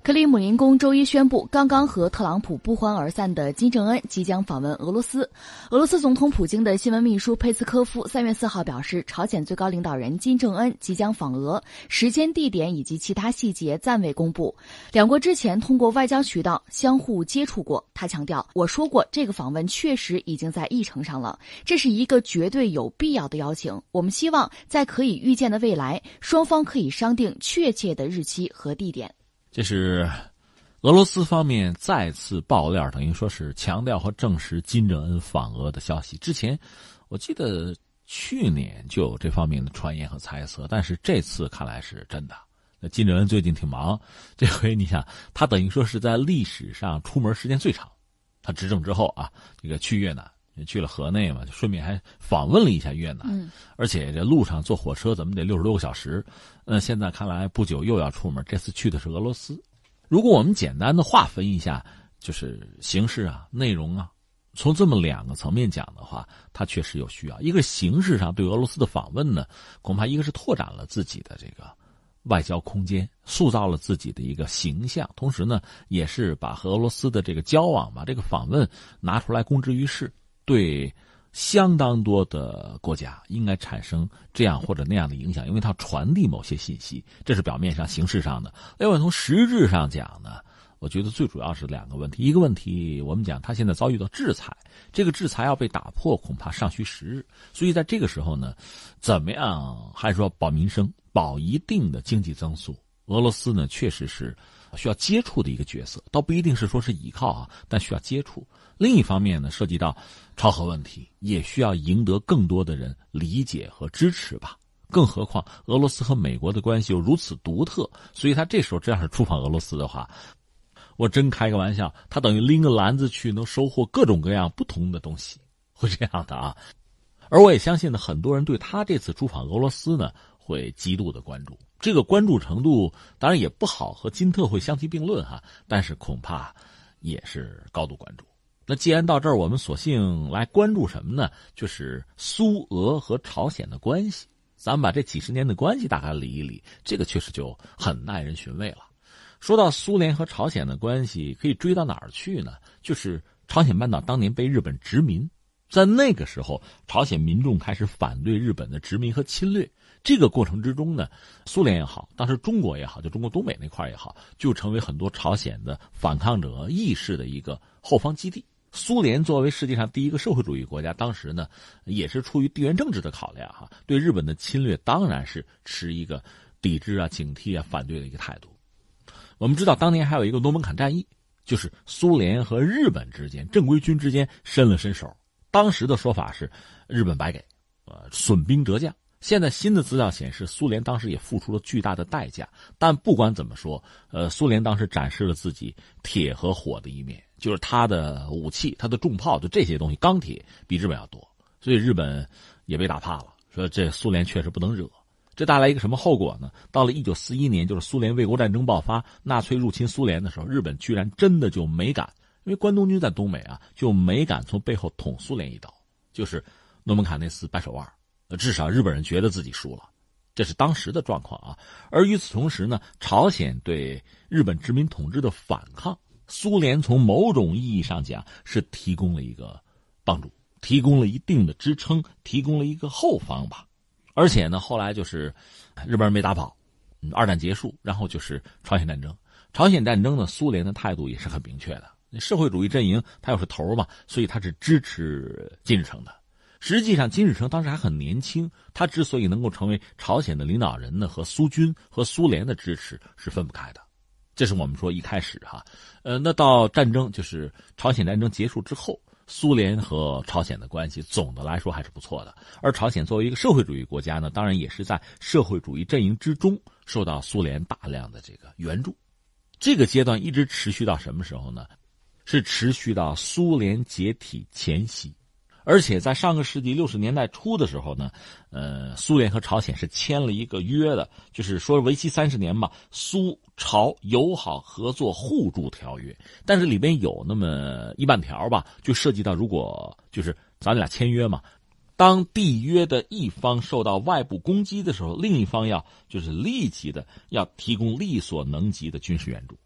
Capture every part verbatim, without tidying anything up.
克里姆林宫周一宣布，刚刚和特朗普不欢而散的金正恩即将访问俄罗斯。俄罗斯总统普京的新闻秘书佩斯科夫三月四号表示，朝鲜最高领导人金正恩即将访俄，时间、地点以及其他细节暂未公布。两国之前通过外交渠道相互接触过。他强调，我说过这个访问确实已经在议程上了，这是一个绝对有必要的邀请。我们希望在可以预见的未来，双方可以商定确切的日期和地点。 这是俄罗斯方面再次爆料，等于说是强调和证实金正恩访俄的消息。之前我记得去年就有这方面的传言和猜测，但是这次看来是真的。那金正恩最近挺忙，这回你想，他等于说是在历史上出门时间最长。他执政之后啊，这个去越南，去了河内嘛，就顺便还访问了一下越南。 嗯， 而且这路上坐火车怎么得六十多个小时？那现在看来不久又要出门，这次去的是俄罗斯。如果我们简单的划分一下，就是形式啊、内容啊，从这么两个层面讲的话，它确实有需要。一个形式上对俄罗斯的访问呢，恐怕一个是拓展了自己的这个外交空间，塑造了自己的一个形象，同时呢，也是把和俄罗斯的这个交往吧，这个访问拿出来公之于世，对相当多的国家应该产生这样或者那样的影响，因为它传递某些信息，这是表面上形式上的。另外从实质上讲呢，我觉得最主要是两个问题。一个问题我们讲他现在遭遇到制裁，这个制裁要被打破恐怕尚需时日，所以在这个时候呢，怎么样还是说保民生，保一定的经济增速，俄罗斯呢确实是需要接触的一个角色，倒不一定是说是依靠啊，但需要接触。另一方面呢，涉及到朝核问题，也需要赢得更多的人理解和支持吧。更何况俄罗斯和美国的关系又如此独特，所以他这时候这样是出访俄罗斯的话，我真开个玩笑，他等于拎个篮子去，能收获各种各样不同的东西，会这样的啊。而我也相信呢，很多人对他这次出访俄罗斯呢，会极度的关注。这个关注程度当然也不好和金特会相提并论哈，但是恐怕也是高度关注。那既然到这儿，我们索性来关注什么呢？就是苏俄和朝鲜的关系。咱们把这几十年的关系大概理一理，这个确实就很耐人寻味了。说到苏联和朝鲜的关系，可以追到哪儿去呢？就是朝鲜半岛当年被日本殖民，在那个时候，朝鲜民众开始反对日本的殖民和侵略。这个过程之中呢，苏联也好，当时中国也好，就中国东北那块也好，就成为很多朝鲜的反抗者意识的一个后方基地。苏联作为世界上第一个社会主义国家，当时呢也是出于地缘政治的考量哈，对日本的侵略当然是持一个抵制啊、警惕啊、反对的一个态度。我们知道当年还有一个诺门坎战役，就是苏联和日本之间正规军之间伸了伸手，当时的说法是日本白给，呃，损兵折将。现在新的资料显示，苏联当时也付出了巨大的代价，但不管怎么说，呃，苏联当时展示了自己铁和火的一面，就是他的武器、他的重炮，就这些东西，钢铁比日本要多，所以日本也被打怕了，说这苏联确实不能惹。这带来一个什么后果呢？到了一九四一年，就是苏联卫国战争爆发，纳粹入侵苏联的时候，日本居然真的就没敢，因为关东军在东北啊，就没敢从背后捅苏联一刀，就是诺门坎那次掰手腕。至少日本人觉得自己输了，这是当时的状况啊。而与此同时呢，朝鲜对日本殖民统治的反抗，苏联从某种意义上讲是提供了一个帮助，提供了一定的支撑，提供了一个后方吧。而且呢，后来就是日本人没打跑，二战结束，然后就是朝鲜战争。朝鲜战争呢，苏联的态度也是很明确的，社会主义阵营他又是头嘛，所以他是支持金日成的。实际上金日成当时还很年轻，他之所以能够成为朝鲜的领导人呢，和苏军和苏联的支持是分不开的。这是我们说一开始哈，呃，那到战争就是朝鲜战争结束之后，苏联和朝鲜的关系总的来说还是不错的。而朝鲜作为一个社会主义国家呢，当然也是在社会主义阵营之中受到苏联大量的这个援助。这个阶段一直持续到什么时候呢？是持续到苏联解体前夕。而且在上个世纪六十年代初的时候呢，呃，苏联和朝鲜是签了一个约的，就是说为期三十年吧，苏朝友好合作互助条约。但是里边有那么一半条吧，就涉及到如果就是咱俩签约嘛，当缔约的一方受到外部攻击的时候，另一方要就是立即的要提供力所能及的军事援助。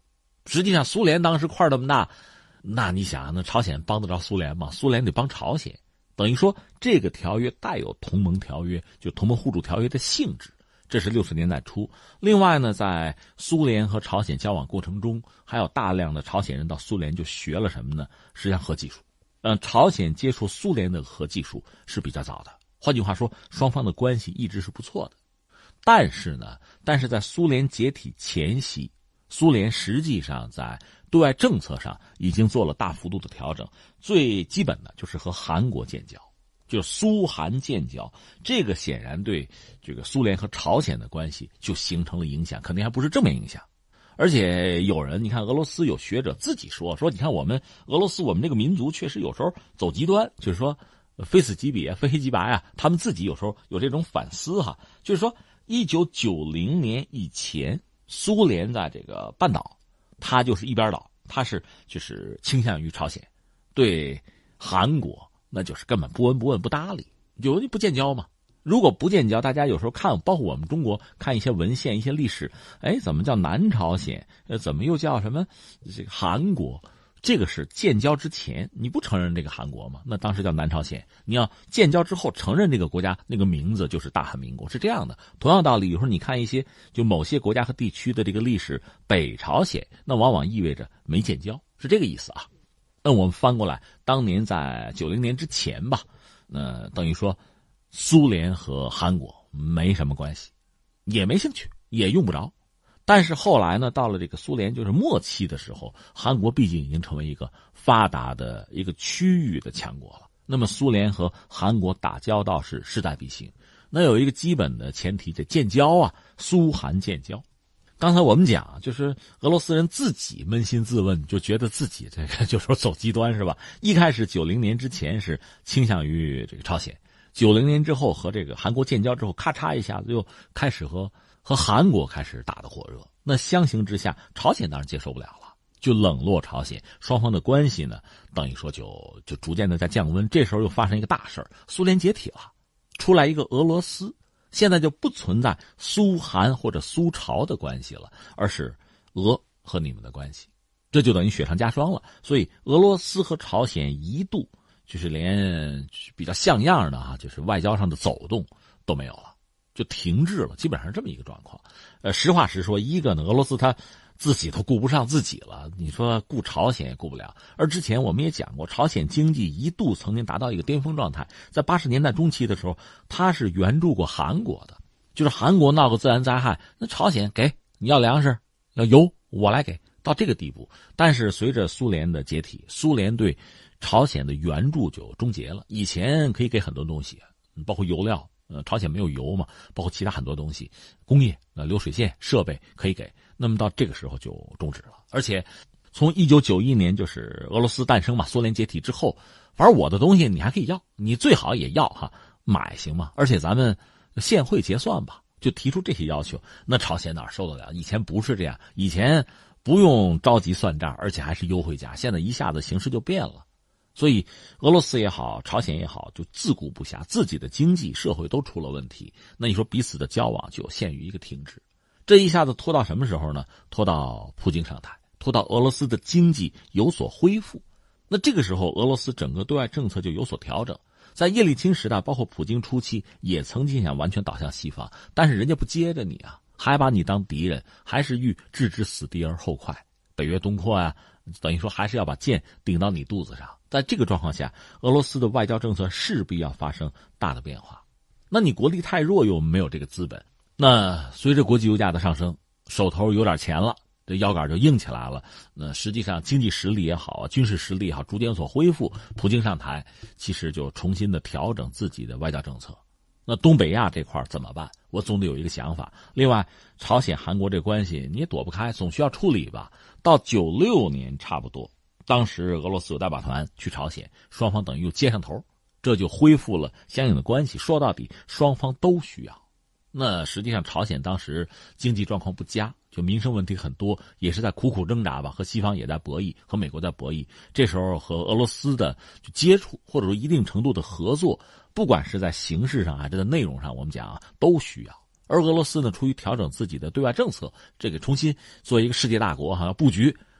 实际上苏联当时块那么大，那你想那朝鲜帮得着苏联吗？苏联得帮朝鲜，等于说这个条约带有同盟条约，就同盟互助条约的性质。这是六十年代初。另外呢，在苏联和朝鲜交往过程中，还有大量的朝鲜人到苏联就学了什么呢？实际上核技术。嗯，朝鲜接触苏联的核技术是比较早的。换句话说，双方的关系一直是不错的。但是呢，但是在苏联解体前夕，苏联实际上在对外政策上已经做了大幅度的调整。最基本的就是和韩国建交。就苏韩建交，这个显然对这个苏联和朝鲜的关系就形成了影响，肯定还不是正面影响。而且有人，你看俄罗斯有学者自己说说，你看我们俄罗斯，我们这个民族确实有时候走极端，就是说非此即彼啊，非黑即白啊，他们自己有时候有这种反思哈。就是说一九九零年以前，苏联在这个半岛，它就是一边倒，它是就是倾向于朝鲜，对韩国那就是根本不闻不问不搭理，就不建交嘛。如果不建交，大家有时候看，包括我们中国看一些文献、一些历史，哎，怎么叫南朝鲜？呃，怎么又叫什么这个韩国？这个是建交之前你不承认这个韩国吗？那当时叫南朝鲜。你要建交之后承认这个国家，那个名字就是大韩民国，是这样的。同样道理，有时候你看一些就某些国家和地区的这个历史，北朝鲜那往往意味着没建交，是这个意思啊。那我们翻过来，当年在九零年之前吧，那等于说苏联和韩国没什么关系，也没兴趣，也用不着。但是后来呢，到了这个苏联就是末期的时候，韩国毕竟已经成为一个发达的一个区域的强国了。那么苏联和韩国打交道是势在必行。那有一个基本的前提，这建交啊，苏韩建交。刚才我们讲，就是俄罗斯人自己扪心自问，就觉得自己这个就说走极端是吧？一开始九零年之前是倾向于这个朝鲜，九零年之后和这个韩国建交之后，咔嚓一下子又开始和和韩国开始打得火热。那相形之下，朝鲜当然接受不了了，就冷落朝鲜，双方的关系呢，等于说就就逐渐的在降温。这时候又发生一个大事儿，苏联解体了，出来一个俄罗斯。现在就不存在苏韩或者苏朝的关系了，而是俄和你们的关系，这就等于雪上加霜了。所以俄罗斯和朝鲜一度就是连比较像样的哈，就是外交上的走动都没有了，就停滞了，基本上这么一个状况。呃，实话实说，一个呢，俄罗斯他自己都顾不上自己了，你说顾朝鲜也顾不了。而之前我们也讲过，朝鲜经济一度曾经达到一个巅峰状态，在八十年代中期的时候，它是援助过韩国的，就是韩国闹个自然灾害，那朝鲜给你要粮食要油我来给，到这个地步。但是随着苏联的解体，苏联对朝鲜的援助就终结了。以前可以给很多东西，包括油料，呃，朝鲜没有油嘛，包括其他很多东西，工业、呃流水线、设备可以给。那么到这个时候就终止了。而且从一九九一年就是俄罗斯诞生嘛，苏联解体之后，反正我的东西你还可以要，你最好也要哈，买行吗？而且咱们现汇结算吧，就提出这些要求。那朝鲜哪受得了？以前不是这样，以前不用着急算账，而且还是优惠价，现在一下子形势就变了。所以俄罗斯也好，朝鲜也好，就自顾不暇，自己的经济社会都出了问题。那你说彼此的交往就陷于一个停滞。这一下子拖到什么时候呢？拖到普京上台，拖到俄罗斯的经济有所恢复。那这个时候俄罗斯整个对外政策就有所调整。在叶利钦时代，包括普京初期，也曾经想完全倒向西方，但是人家不接着你啊，还把你当敌人，还是欲置之死地而后快。北约东扩啊，等于说还是要把剑顶到你肚子上。在这个状况下，俄罗斯的外交政策势必要发生大的变化。那你国力太弱，又没有这个资本。那随着国际油价的上升，手头有点钱了，这腰杆就硬起来了。那实际上经济实力也好啊，军事实力也好，逐渐有所恢复。普京上台，其实就重新的调整自己的外交政策。那东北亚这块怎么办？我总得有一个想法。另外，朝鲜、韩国这关系你也躲不开，总需要处理吧。到九六年差不多，当时俄罗斯有代表团去朝鲜，双方等于又接上头，这就恢复了相应的关系。说到底，双方都需要。那实际上朝鲜当时经济状况不佳，就民生问题很多，也是在苦苦挣扎吧，和西方也在博弈，和美国在博弈。这时候和俄罗斯的就接触，或者说一定程度的合作，不管是在形式上还是在内容上，我们讲啊都需要。而俄罗斯呢，出于调整自己的对外政策，这个重新做一个世界大国哈，布局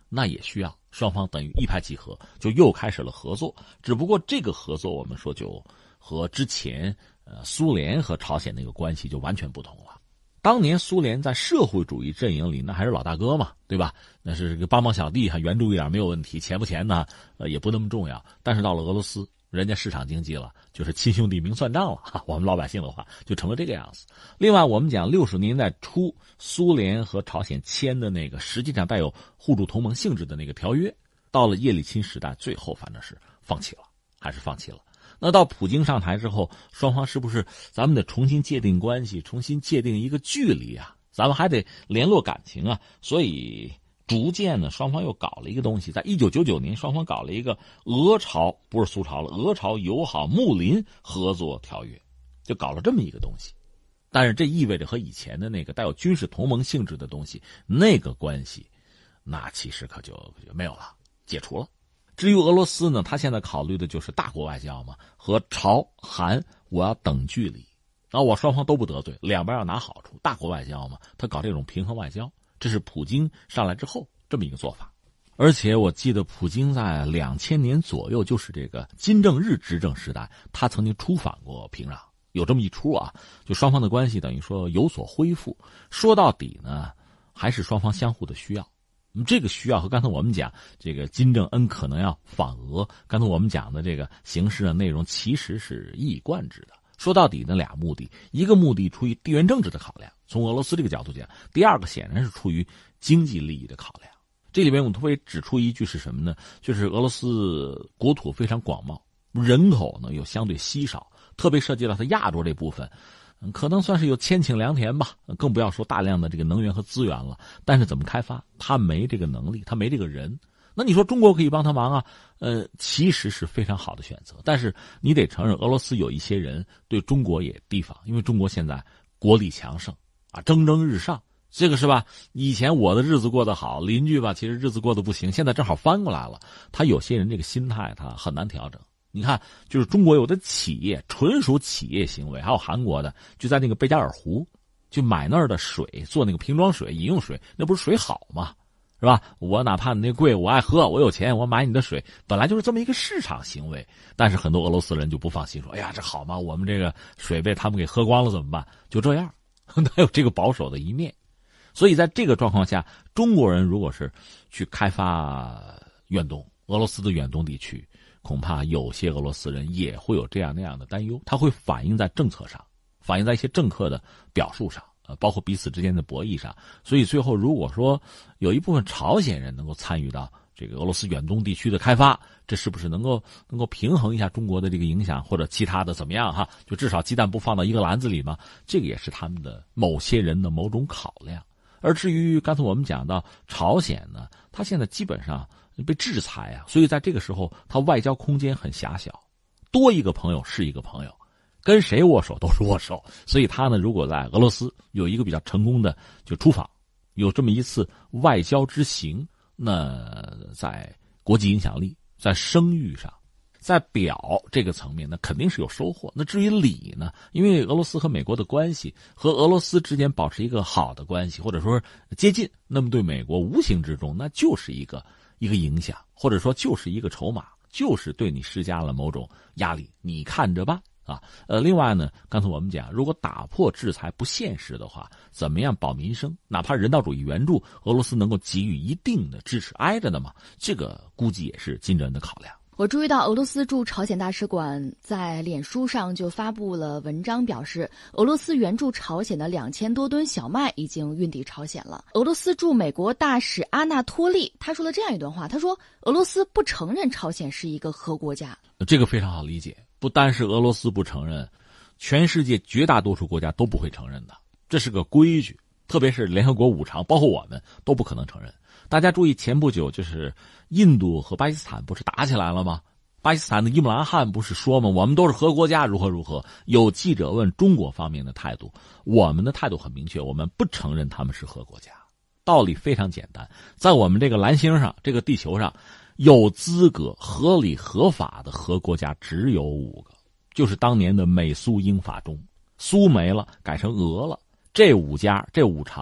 那也需要双方等于一拍即合，就又开始了合作。只不过这个合作我们说就和之前呃苏联和朝鲜那个关系就完全不同了。当年苏联在社会主义阵营里那还是老大哥嘛，对吧？那是个帮帮小弟，还援助一点没有问题，钱不钱呢呃也不那么重要。但是到了俄罗斯，人家市场经济了，就是亲兄弟明算账了，我们老百姓的话就成了这个样子。另外我们讲六十年代初苏联和朝鲜签的那个实际上带有互助同盟性质的那个条约，到了叶利钦时代最后反正是放弃了，还是放弃了。那到普京上台之后，双方是不是咱们得重新界定关系，重新界定一个距离啊？咱们还得联络感情啊。所以逐渐呢，双方又搞了一个东西，在一九九九年双方搞了一个俄朝，不是苏朝了，俄朝友好睦邻合作条约，就搞了这么一个东西。但是这意味着和以前的那个带有军事同盟性质的东西，那个关系那其实可就就没有了，解除了。至于俄罗斯呢，他现在考虑的就是大国外交嘛，和朝韩我要等距离，然后我双方都不得罪，两边要拿好处，大国外交嘛，他搞这种平衡外交，这是普京上来之后这么一个做法。而且我记得普京在两千年左右，就是这个金正日执政时代，他曾经出访过平壤，有这么一出啊，就双方的关系等于说有所恢复。说到底呢，还是双方相互的需要。这个需要和刚才我们讲这个金正恩可能要访俄，刚才我们讲的这个形式的内容其实是一以贯之的。说到底呢，俩目的，一个目的出于地缘政治的考量，从俄罗斯这个角度讲；第二个显然是出于经济利益的考量。这里边我们特别指出一句是什么呢？就是俄罗斯国土非常广袤，人口呢又相对稀少，特别涉及到它亚洲这部分，可能算是有千顷良田吧，更不要说大量的这个能源和资源了。但是怎么开发，他没这个能力，他没这个人。那你说中国可以帮他忙啊？呃，其实是非常好的选择。但是你得承认，俄罗斯有一些人对中国也提防，因为中国现在国力强盛啊，蒸蒸日上，这个是吧？以前我的日子过得好，邻居吧其实日子过得不行，现在正好翻过来了。他有些人这个心态他很难调整。你看，就是中国有的企业纯属企业行为，还有韩国的就在那个贝加尔湖去买那儿的水做那个瓶装水饮用水，那不是水好吗？是吧？我哪怕你那贵我爱喝，我有钱我买你的水，本来就是这么一个市场行为。但是很多俄罗斯人就不放心，说哎呀这好吗？我们这个水被他们给喝光了怎么办？就这样，他有这个保守的一面。所以在这个状况下，中国人如果是去开发远东，俄罗斯的远东地区，恐怕有些俄罗斯人也会有这样那样的担忧，它会反映在政策上，反映在一些政客的表述上，呃，包括彼此之间的博弈上。所以最后如果说有一部分朝鲜人能够参与到这个俄罗斯远东地区的开发，这是不是能够能够平衡一下中国的这个影响，或者其他的怎么样哈？就至少鸡蛋不放到一个篮子里嘛，这个也是他们的某些人的某种考量。而至于刚才我们讲到朝鲜呢，他现在基本上被制裁啊，所以在这个时候他外交空间很狭小，多一个朋友是一个朋友，跟谁握手都是握手。所以他呢，如果在俄罗斯有一个比较成功的就出访，有这么一次外交之行，那在国际影响力，在声誉上，在表这个层面呢，肯定是有收获。那至于理呢，因为俄罗斯和美国的关系，和俄罗斯之间保持一个好的关系，或者说接近，那么对美国无形之中那就是一个一个影响，或者说就是一个筹码，就是对你施加了某种压力，你看着办啊。呃，另外呢，刚才我们讲，如果打破制裁不现实的话，怎么样保民生？哪怕人道主义援助，俄罗斯能够给予一定的支持，挨着的嘛，这个估计也是金正恩的考量。 我注意到俄罗斯驻朝鲜大使馆在脸书上就发布了文章，表示俄罗斯援助朝鲜的两千多吨小麦已经运抵朝鲜了。俄罗斯驻美国大使阿纳托利他说了这样一段话，他说俄罗斯不承认朝鲜是一个核国家。 这个非常好理解，不单是俄罗斯不承认，全世界绝大多数国家都不会承认的，这是个规矩，特别是联合国五常，包括我们都不可能承认。大家注意，前不久就是印度和巴基斯坦不是打起来了吗？巴基斯坦的伊姆兰汗不是说吗？我们都是核国家，如何如何。有记者问中国方面的态度，我们的态度很明确，我们不承认他们是核国家。道理非常简单，在我们这个蓝星上，这个地球上，有资格合理合法的核国家只有五个，就是当年的美苏英法中，苏没了改成俄了，这五家这五常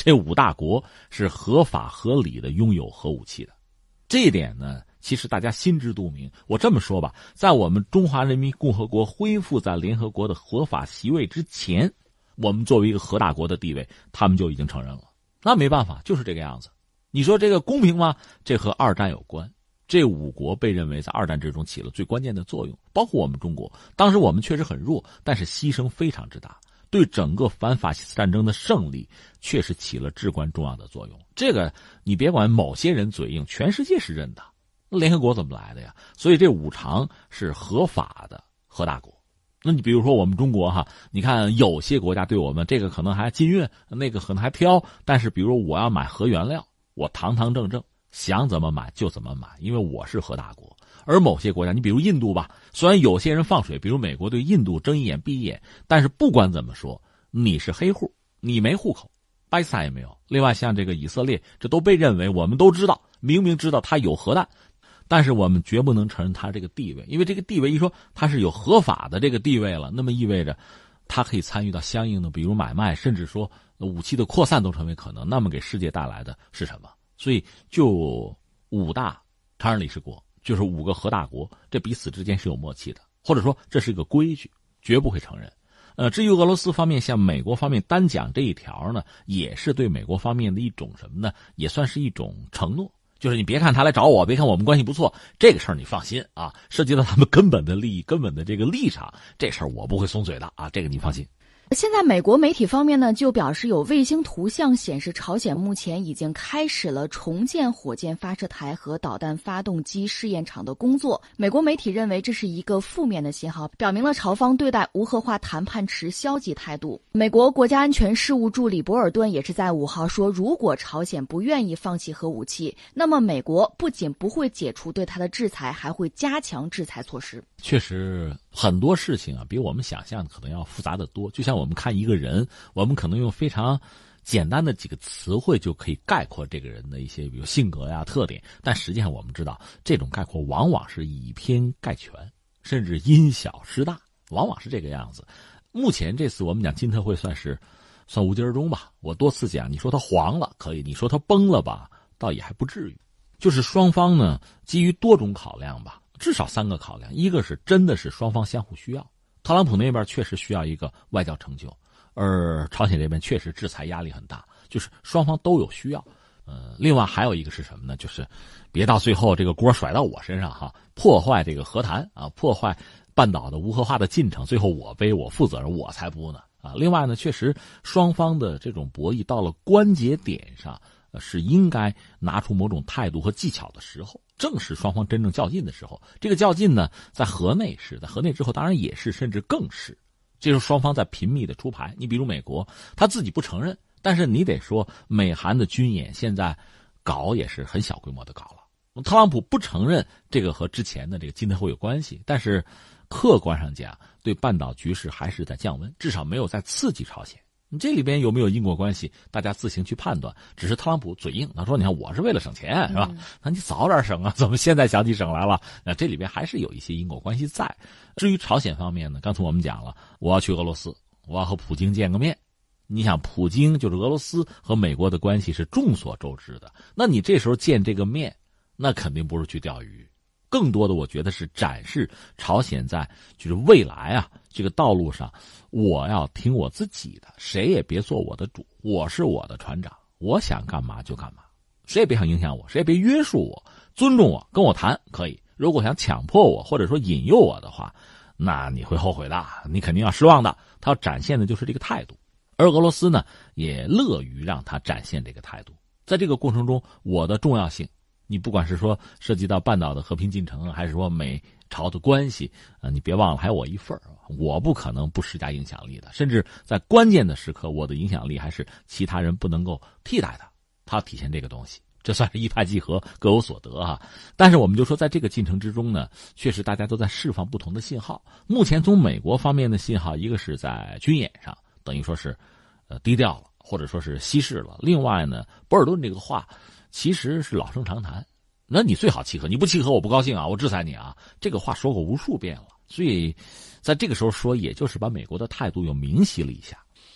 这五大国是合法合理的拥有核武器的。这一点呢，其实大家心知肚明。我这么说吧，在我们中华人民共和国恢复在联合国的合法席位之前，我们作为一个核大国的地位，他们就已经承认了。那没办法，就是这个样子。你说这个公平吗？这和二战有关。这五国被认为在二战之中起了最关键的作用，包括我们中国。当时我们确实很弱，但是牺牲非常之大，对整个反法西斯战争的胜利确实起了至关重要的作用。这个你别管某些人嘴硬，全世界是认的。联合国怎么来的呀？所以这五常是合法的核大国。那你比如说我们中国哈，你看有些国家对我们这个可能还禁运，那个可能还挑，但是比如我要买核原料，我堂堂正正想怎么买就怎么买，因为我是核大国。而某些国家，你比如印度吧，虽然有些人放水，比如美国对印度睁一眼闭一眼，但是不管怎么说，你是黑户，你没户口，巴基斯坦也没有。另外像这个以色列，这都被认为我们都知道，明明知道他有核弹，但是我们绝不能承认他这个地位，因为这个地位一说他是有合法的这个地位了，那么意味着他可以参与到相应的比如买卖，甚至说武器的扩散都成为可能。那么给世界带来的是什么？所以就五大常任理事国，就是五个核大国，这彼此之间是有默契的，或者说这是一个规矩，绝不会承认。呃，至于俄罗斯方面向美国方面单讲这一条呢，也是对美国方面的一种什么呢？也算是一种承诺。就是你别看他来找我，别看我们关系不错，这个事儿你放心啊，涉及到他们根本的利益、根本的这个立场，这事儿我不会松嘴的啊，这个你放心。 现在美国媒体方面呢，就表示有卫星图像显示，朝鲜目前已经开始了重建火箭发射台和导弹发动机试验场的工作。美国媒体认为这是一个负面的信号，表明了朝方对待无核化谈判持消极态度。美国国家安全事务助理博尔顿也是在五号说，如果朝鲜不愿意放弃核武器，那么美国不仅不会解除对他的制裁，还会加强制裁措施。 确实很多事情啊，比我们想象的可能要复杂的多。就像我们看一个人，我们可能用非常简单的几个词汇就可以概括这个人的一些比如性格呀、特点，但实际上我们知道这种概括往往是以偏概全，甚至因小失大，往往是这个样子。目前这次我们讲金特会算是算无疾而终吧。我多次讲，你说它黄了可以，你说它崩了吧，倒也还不至于。就是双方呢基于多种考量吧，至少三个考量。一个是真的是双方相互需要，特朗普那边确实需要一个外交成就，而朝鲜这边确实制裁压力很大，就是双方都有需要。呃，另外还有一个是什么呢？就是别到最后这个锅甩到我身上哈，破坏这个和谈啊，破坏半岛的无核化的进程，最后我背我负责任，我才不呢啊。另外呢，确实双方的这种博弈到了关节点上，呃，是应该拿出某种态度和技巧的时候，正是双方真正较劲的时候。这个较劲呢，在河内是，在河内之后当然也是，甚至更是。这就是双方在频密的出牌。你比如美国，他自己不承认，但是你得说美韩的军演现在搞也是很小规模的搞了。特朗普不承认这个和之前的这个金特会有关系，但是客观上讲，对半岛局势还是在降温，至少没有在刺激朝鲜。你这里边有没有因果关系，大家自行去判断。只是特朗普嘴硬，他说你看我是为了省钱是吧、嗯、那你早点省啊，怎么现在想起省来了？那这里边还是有一些因果关系在。至于朝鲜方面呢，刚才我们讲了，我要去俄罗斯，我要和普京见个面。你想普京就是俄罗斯和美国的关系是众所周知的，那你这时候见这个面，那肯定不是去钓鱼，更多的我觉得是展示朝鲜在就是未来啊这个道路上，我要听我自己的，谁也别做我的主，我是我的船长，我想干嘛就干嘛，谁也别想影响我，谁也别约束我，尊重我，跟我谈可以，如果想强迫我或者说引诱我的话，那你会后悔的，你肯定要失望的。他要展现的就是这个态度，而俄罗斯呢也乐于让他展现这个态度。在这个过程中，我的重要性，你不管是说涉及到半岛的和平进程，还是说美朝的关系，呃，你别忘了还有我一份，我不可能不施加影响力的，甚至在关键的时刻，我的影响力还是其他人不能够替代的。他要体现这个东西，这算是一拍即合，各有所得哈。但是我们就说，在这个进程之中呢，确实大家都在释放不同的信号。目前从美国方面的信号，一个是在军演上，等于说是呃低调了，或者说是稀释了。另外呢，博尔顿这个话其实是老生常谈，那你最好契合，你不契合我不高兴啊，我制裁你啊，这个话说过无数遍了。所以在这个时候说，也就是把美国的态度又明晰了一下。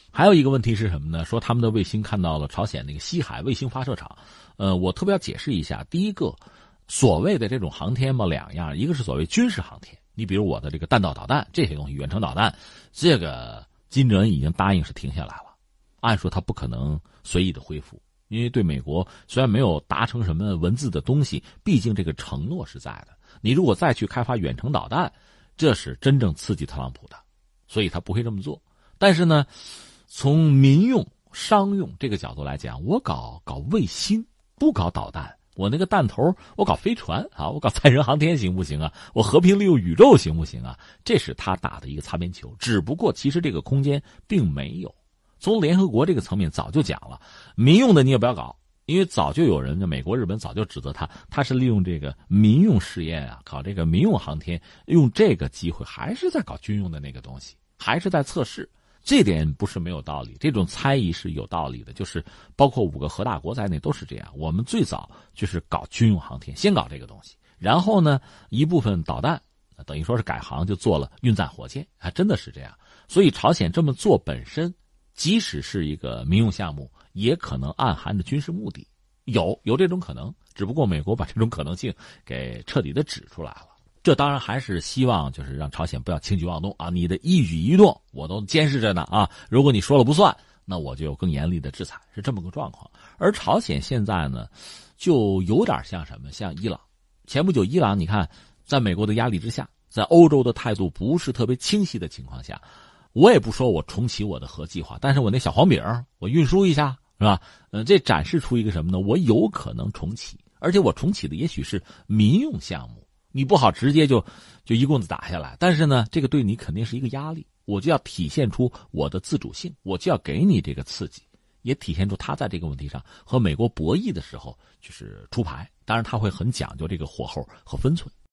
还有一个问题是什么呢？说他们的卫星看到了朝鲜那个西海卫星发射场。呃，我特别要解释一下，第一个，所谓的这种航天嘛，两样，一个是所谓军事航天，你比如我的这个弹道导弹这些东西，远程导弹，这个金正恩已经答应是停下来了，按说他不可能随意的恢复，因为对美国虽然没有达成什么文字的东西，毕竟这个承诺是在的。你如果再去开发远程导弹，这是真正刺激特朗普的，所以他不会这么做。但是呢，从民用商用这个角度来讲，我搞搞卫星，不搞导弹，我那个弹头我搞飞船啊，我搞载人航天行不行啊？我和平利用宇宙行不行啊？这是他打的一个擦边球，只不过其实这个空间并没有。从联合国这个层面早就讲了，民用的你也不要搞，因为早就有人，美国、日本早就指责他，他是利用这个民用试验啊，搞这个民用航天，用这个机会还是在搞军用的那个东西，还是在测试。这点不是没有道理，这种猜疑是有道理的，就是包括五个核大国在内都是这样。我们最早就是搞军用航天，先搞这个东西，然后呢，一部分导弹等于说是改行，就做了运载火箭，还真的是这样。所以朝鲜这么做本身，即使是一个民用项目，也可能暗含着军事目的，有有这种可能，只不过美国把这种可能性给彻底的指出来了。这当然还是希望就是让朝鲜不要轻举妄动啊！你的一举一动我都监视着呢啊！如果你说了不算，那我就有更严厉的制裁，是这么个状况。而朝鲜现在呢，就有点像什么？像伊朗。前不久伊朗，你看，在美国的压力之下，在欧洲的态度不是特别清晰的情况下，我也不说我重启我的核计划，但是我那小黄饼我运输一下，是吧？嗯，这展示出一个什么呢？我有可能重启，而且我重启的也许是民用项目。你不好直接就就一棍子打下来，但是呢，这个对你肯定是一个压力，我就要体现出我的自主性，我就要给你这个刺激，也体现出他在这个问题上和美国博弈的时候就是出牌。当然他会很讲究这个火候和分寸。